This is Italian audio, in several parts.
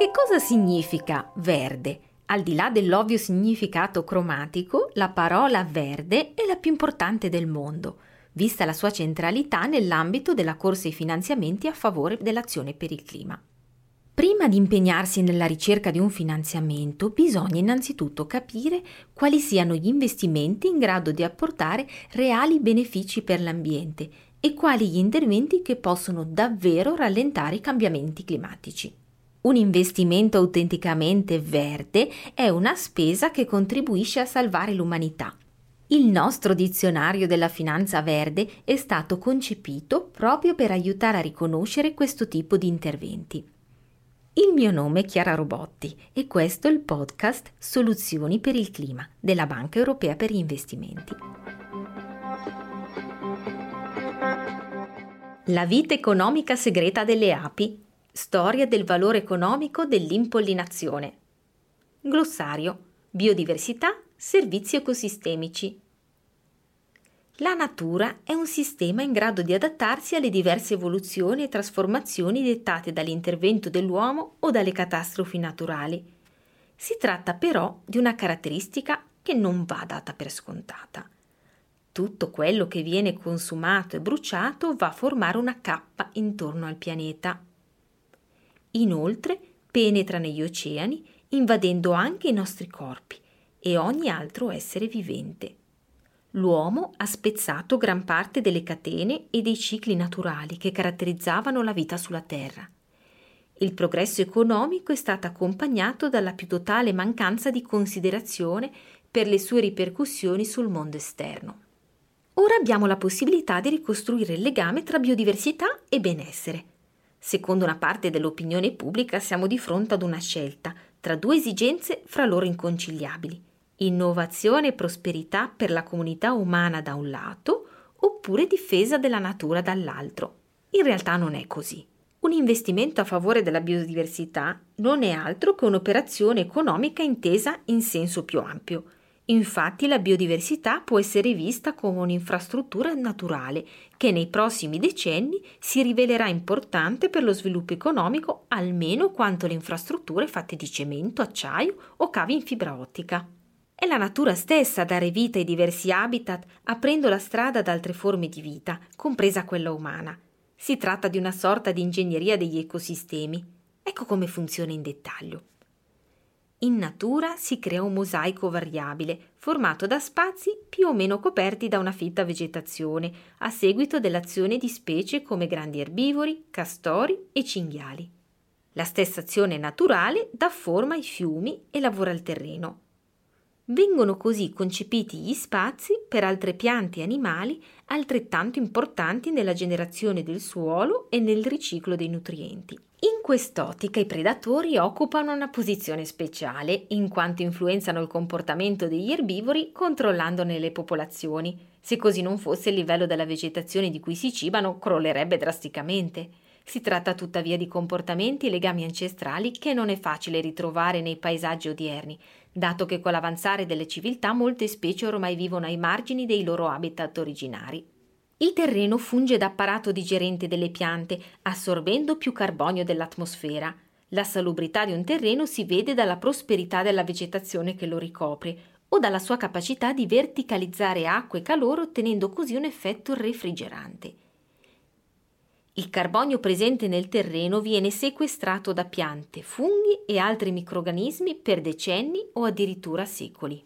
Che cosa significa verde? Al di là dell'ovvio significato cromatico, la parola verde è la più importante del mondo, vista la sua centralità nell'ambito della corsa ai finanziamenti a favore dell'azione per il clima. Prima di impegnarsi nella ricerca di un finanziamento, bisogna innanzitutto capire quali siano gli investimenti in grado di apportare reali benefici per l'ambiente e quali gli interventi che possono davvero rallentare i cambiamenti climatici. Un investimento autenticamente verde è una spesa che contribuisce a salvare l'umanità. Il nostro dizionario della finanza verde è stato concepito proprio per aiutare a riconoscere questo tipo di interventi. Il mio nome è Chiara Robotti e questo è il podcast Soluzioni per il clima della Banca Europea per gli Investimenti. La vita economica segreta delle api. Storia del valore economico dell'impollinazione. Glossario. Biodiversità, servizi ecosistemici. La natura è un sistema in grado di adattarsi alle diverse evoluzioni e trasformazioni dettate dall'intervento dell'uomo o dalle catastrofi naturali. Si tratta però di una caratteristica che non va data per scontata. Tutto quello che viene consumato e bruciato va a formare una cappa intorno al pianeta. Inoltre penetra negli oceani, invadendo anche i nostri corpi e ogni altro essere vivente. L'uomo ha spezzato gran parte delle catene e dei cicli naturali che caratterizzavano la vita sulla Terra. Il progresso economico è stato accompagnato dalla più totale mancanza di considerazione per le sue ripercussioni sul mondo esterno. Ora abbiamo la possibilità di ricostruire il legame tra biodiversità e benessere. Secondo una parte dell'opinione pubblica siamo di fronte ad una scelta tra due esigenze fra loro inconciliabili: innovazione e prosperità per la comunità umana da un lato, oppure difesa della natura dall'altro. In realtà non è così. Un investimento a favore della biodiversità non è altro che un'operazione economica intesa in senso più ampio. Infatti la biodiversità può essere vista come un'infrastruttura naturale che nei prossimi decenni si rivelerà importante per lo sviluppo economico almeno quanto le infrastrutture fatte di cemento, acciaio o cavi in fibra ottica. È la natura stessa a dare vita ai diversi habitat, aprendo la strada ad altre forme di vita, compresa quella umana. Si tratta di una sorta di ingegneria degli ecosistemi. Ecco come funziona in dettaglio. In natura si crea un mosaico variabile, formato da spazi più o meno coperti da una fitta vegetazione, a seguito dell'azione di specie come grandi erbivori, castori e cinghiali. La stessa azione naturale dà forma ai fiumi e lavora il terreno. Vengono così concepiti gli spazi per altre piante e animali altrettanto importanti nella generazione del suolo e nel riciclo dei nutrienti. In quest'ottica i predatori occupano una posizione speciale, in quanto influenzano il comportamento degli erbivori controllandone le popolazioni. Se così non fosse, il livello della vegetazione di cui si cibano crollerebbe drasticamente. Si tratta tuttavia di comportamenti e legami ancestrali che non è facile ritrovare nei paesaggi odierni, dato che con l'avanzare delle civiltà molte specie ormai vivono ai margini dei loro habitat originari. Il terreno funge da apparato digerente delle piante, assorbendo più carbonio dell'atmosfera. La salubrità di un terreno si vede dalla prosperità della vegetazione che lo ricopre o dalla sua capacità di verticalizzare acqua e calore, ottenendo così un effetto refrigerante. Il carbonio presente nel terreno viene sequestrato da piante, funghi e altri microrganismi per decenni o addirittura secoli.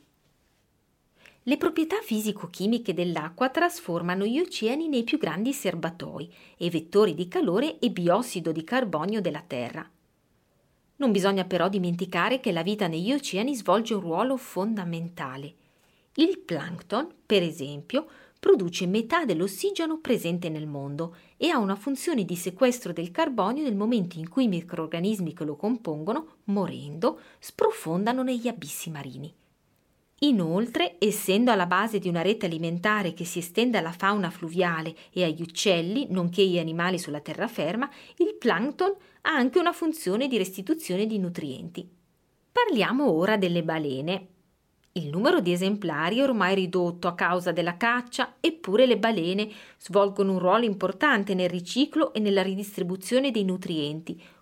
Le proprietà fisico-chimiche dell'acqua trasformano gli oceani nei più grandi serbatoi e vettori di calore e biossido di carbonio della Terra. Non bisogna però dimenticare che la vita negli oceani svolge un ruolo fondamentale. Il plankton, per esempio, produce metà dell'ossigeno presente nel mondo e ha una funzione di sequestro del carbonio nel momento in cui i microrganismi che lo compongono, morendo, sprofondano negli abissi marini. Inoltre, essendo alla base di una rete alimentare che si estende alla fauna fluviale e agli uccelli, nonché agli animali sulla terraferma, il plankton ha anche una funzione di restituzione di nutrienti. Parliamo ora delle balene. Il numero di esemplari è ormai ridotto a causa della caccia, eppure le balene svolgono un ruolo importante nel riciclo e nella ridistribuzione dei nutrienti,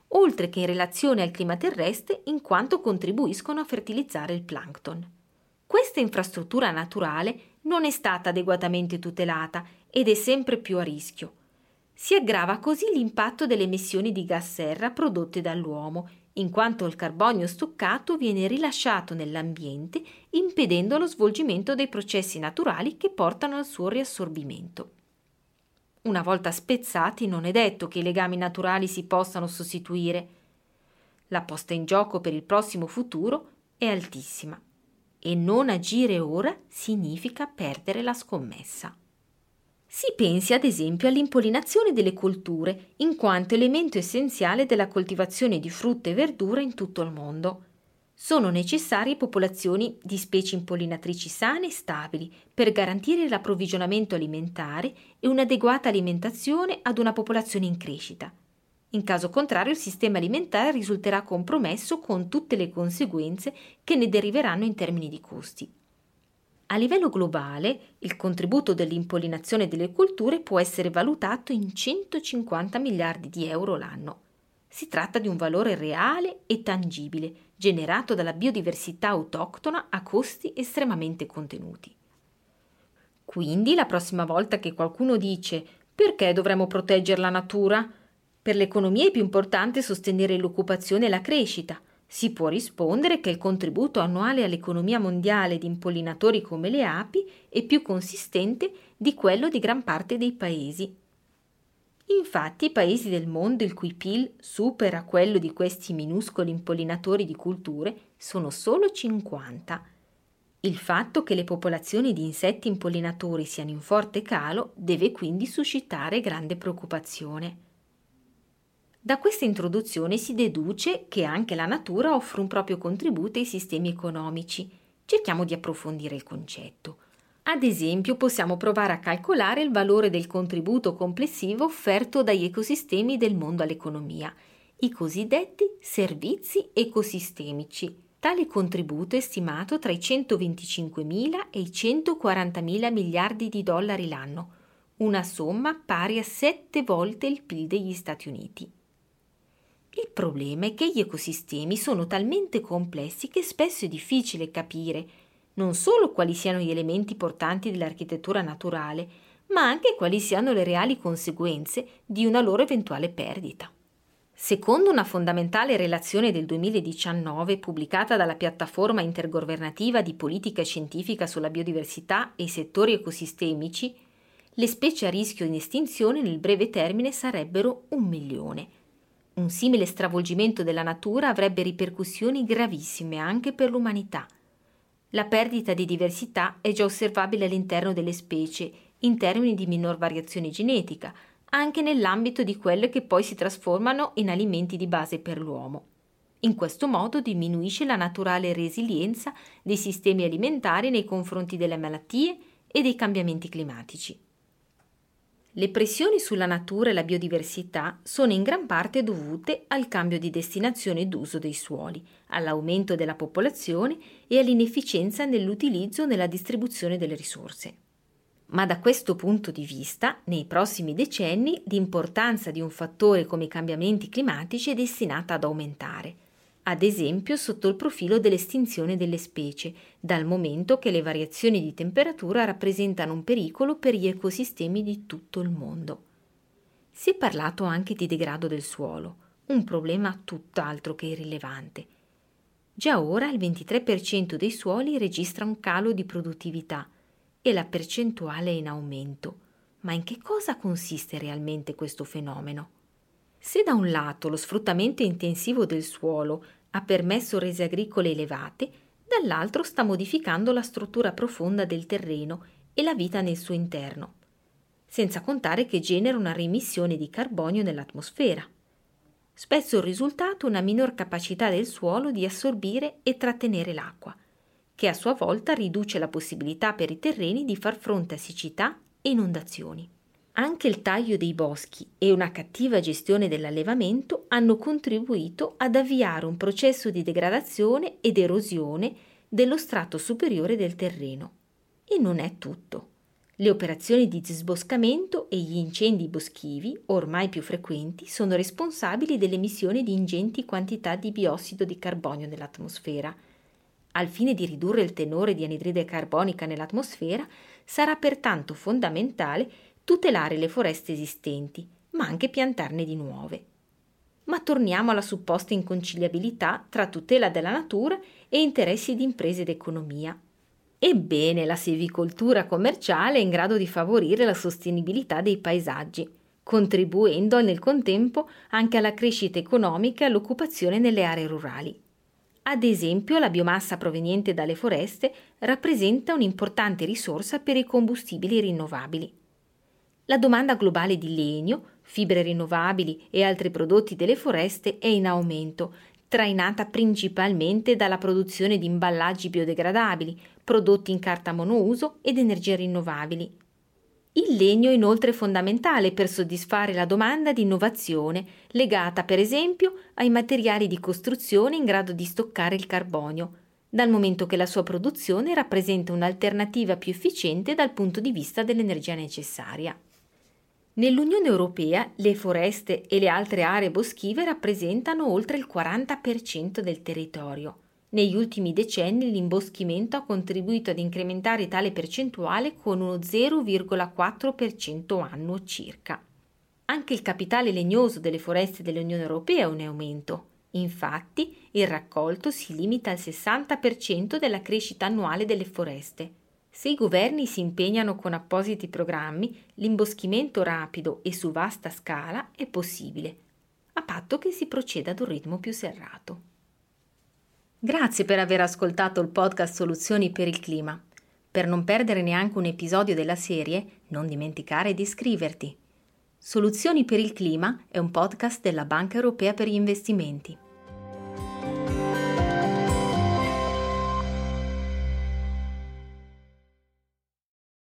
oltre che in relazione al clima terrestre in quanto contribuiscono a fertilizzare il plancton. Questa infrastruttura naturale non è stata adeguatamente tutelata ed è sempre più a rischio. Si aggrava così l'impatto delle emissioni di gas serra prodotte dall'uomo, in quanto il carbonio stoccato viene rilasciato nell'ambiente, impedendo lo svolgimento dei processi naturali che portano al suo riassorbimento. Una volta spezzati, non è detto che i legami naturali si possano sostituire. La posta in gioco per il prossimo futuro è altissima e non agire ora significa perdere la scommessa. Si pensi ad esempio all'impollinazione delle colture, in quanto elemento essenziale della coltivazione di frutta e verdura in tutto il mondo. Sono necessarie popolazioni di specie impollinatrici sane e stabili per garantire l'approvvigionamento alimentare e un'adeguata alimentazione ad una popolazione in crescita. In caso contrario, il sistema alimentare risulterà compromesso con tutte le conseguenze che ne deriveranno in termini di costi. A livello globale, il contributo dell'impollinazione delle colture può essere valutato in 150 miliardi di euro l'anno. Si tratta di un valore reale e tangibile, generato dalla biodiversità autoctona a costi estremamente contenuti. Quindi, la prossima volta che qualcuno dice «Perché dovremmo proteggere la natura?» Per l'economia è più importante sostenere l'occupazione e la crescita. Si può rispondere che il contributo annuale all'economia mondiale di impollinatori come le api è più consistente di quello di gran parte dei paesi. Infatti, i paesi del mondo il cui PIL supera quello di questi minuscoli impollinatori di culture sono solo 50. Il fatto che le popolazioni di insetti impollinatori siano in forte calo deve quindi suscitare grande preoccupazione. Da questa introduzione si deduce che anche la natura offre un proprio contributo ai sistemi economici. Cerchiamo di approfondire il concetto. Ad esempio, possiamo provare a calcolare il valore del contributo complessivo offerto dagli ecosistemi del mondo all'economia, i cosiddetti servizi ecosistemici. Tale contributo è stimato tra i 125.000 e i 140.000 miliardi di dollari l'anno, una somma pari a 7 volte il PIL degli Stati Uniti. Il problema è che gli ecosistemi sono talmente complessi che spesso è difficile capire non solo quali siano gli elementi portanti dell'architettura naturale, ma anche quali siano le reali conseguenze di una loro eventuale perdita. Secondo una fondamentale relazione del 2019 pubblicata dalla piattaforma intergovernativa di politica scientifica sulla biodiversità e i settori ecosistemici, le specie a rischio di estinzione nel breve termine sarebbero 1 milione. Un simile stravolgimento della natura avrebbe ripercussioni gravissime anche per l'umanità. La perdita di diversità è già osservabile all'interno delle specie in termini di minor variazione genetica, anche nell'ambito di quelle che poi si trasformano in alimenti di base per l'uomo. In questo modo diminuisce la naturale resilienza dei sistemi alimentari nei confronti delle malattie e dei cambiamenti climatici. Le pressioni sulla natura e la biodiversità sono in gran parte dovute al cambio di destinazione d'uso dei suoli, all'aumento della popolazione e all'inefficienza nell'utilizzo e nella distribuzione delle risorse. Ma da questo punto di vista, nei prossimi decenni, l'importanza di un fattore come i cambiamenti climatici è destinata ad aumentare, ad esempio sotto il profilo dell'estinzione delle specie, dal momento che le variazioni di temperatura rappresentano un pericolo per gli ecosistemi di tutto il mondo. Si è parlato anche di degrado del suolo, un problema tutt'altro che irrilevante. Già ora il 23% dei suoli registra un calo di produttività e la percentuale è in aumento. Ma in che cosa consiste realmente questo fenomeno? Se da un lato lo sfruttamento intensivo del suolo ha permesso rese agricole elevate, dall'altro sta modificando la struttura profonda del terreno e la vita nel suo interno, senza contare che genera una remissione di carbonio nell'atmosfera. Spesso il risultato è una minor capacità del suolo di assorbire e trattenere l'acqua, che a sua volta riduce la possibilità per i terreni di far fronte a siccità e inondazioni. Anche il taglio dei boschi e una cattiva gestione dell'allevamento hanno contribuito ad avviare un processo di degradazione ed erosione dello strato superiore del terreno. E non è tutto. Le operazioni di disboscamento e gli incendi boschivi, ormai più frequenti, sono responsabili dell'emissione di ingenti quantità di biossido di carbonio nell'atmosfera. Al fine di ridurre il tenore di anidride carbonica nell'atmosfera, sarà pertanto fondamentale tutelare le foreste esistenti, ma anche piantarne di nuove. Ma torniamo alla supposta inconciliabilità tra tutela della natura e interessi di imprese ed economia. Ebbene, la silvicoltura commerciale è in grado di favorire la sostenibilità dei paesaggi, contribuendo nel contempo anche alla crescita economica e all'occupazione nelle aree rurali. Ad esempio, la biomassa proveniente dalle foreste rappresenta un'importante risorsa per i combustibili rinnovabili. La domanda globale di legno, fibre rinnovabili e altri prodotti delle foreste è in aumento, trainata principalmente dalla produzione di imballaggi biodegradabili, prodotti in carta monouso ed energie rinnovabili. Il legno è inoltre fondamentale per soddisfare la domanda di innovazione, legata per esempio ai materiali di costruzione in grado di stoccare il carbonio, dal momento che la sua produzione rappresenta un'alternativa più efficiente dal punto di vista dell'energia necessaria. Nell'Unione Europea le foreste e le altre aree boschive rappresentano oltre il 40% del territorio. Negli ultimi decenni l'imboschimento ha contribuito ad incrementare tale percentuale con uno 0,4% annuo circa. Anche il capitale legnoso delle foreste dell'Unione Europea è in aumento. Infatti, il raccolto si limita al 60% della crescita annuale delle foreste. Se i governi si impegnano con appositi programmi, l'imboschimento rapido e su vasta scala è possibile, a patto che si proceda ad un ritmo più serrato. Grazie per aver ascoltato il podcast Soluzioni per il clima. Per non perdere neanche un episodio della serie, non dimenticare di iscriverti. Soluzioni per il clima è un podcast della Banca Europea per gli Investimenti.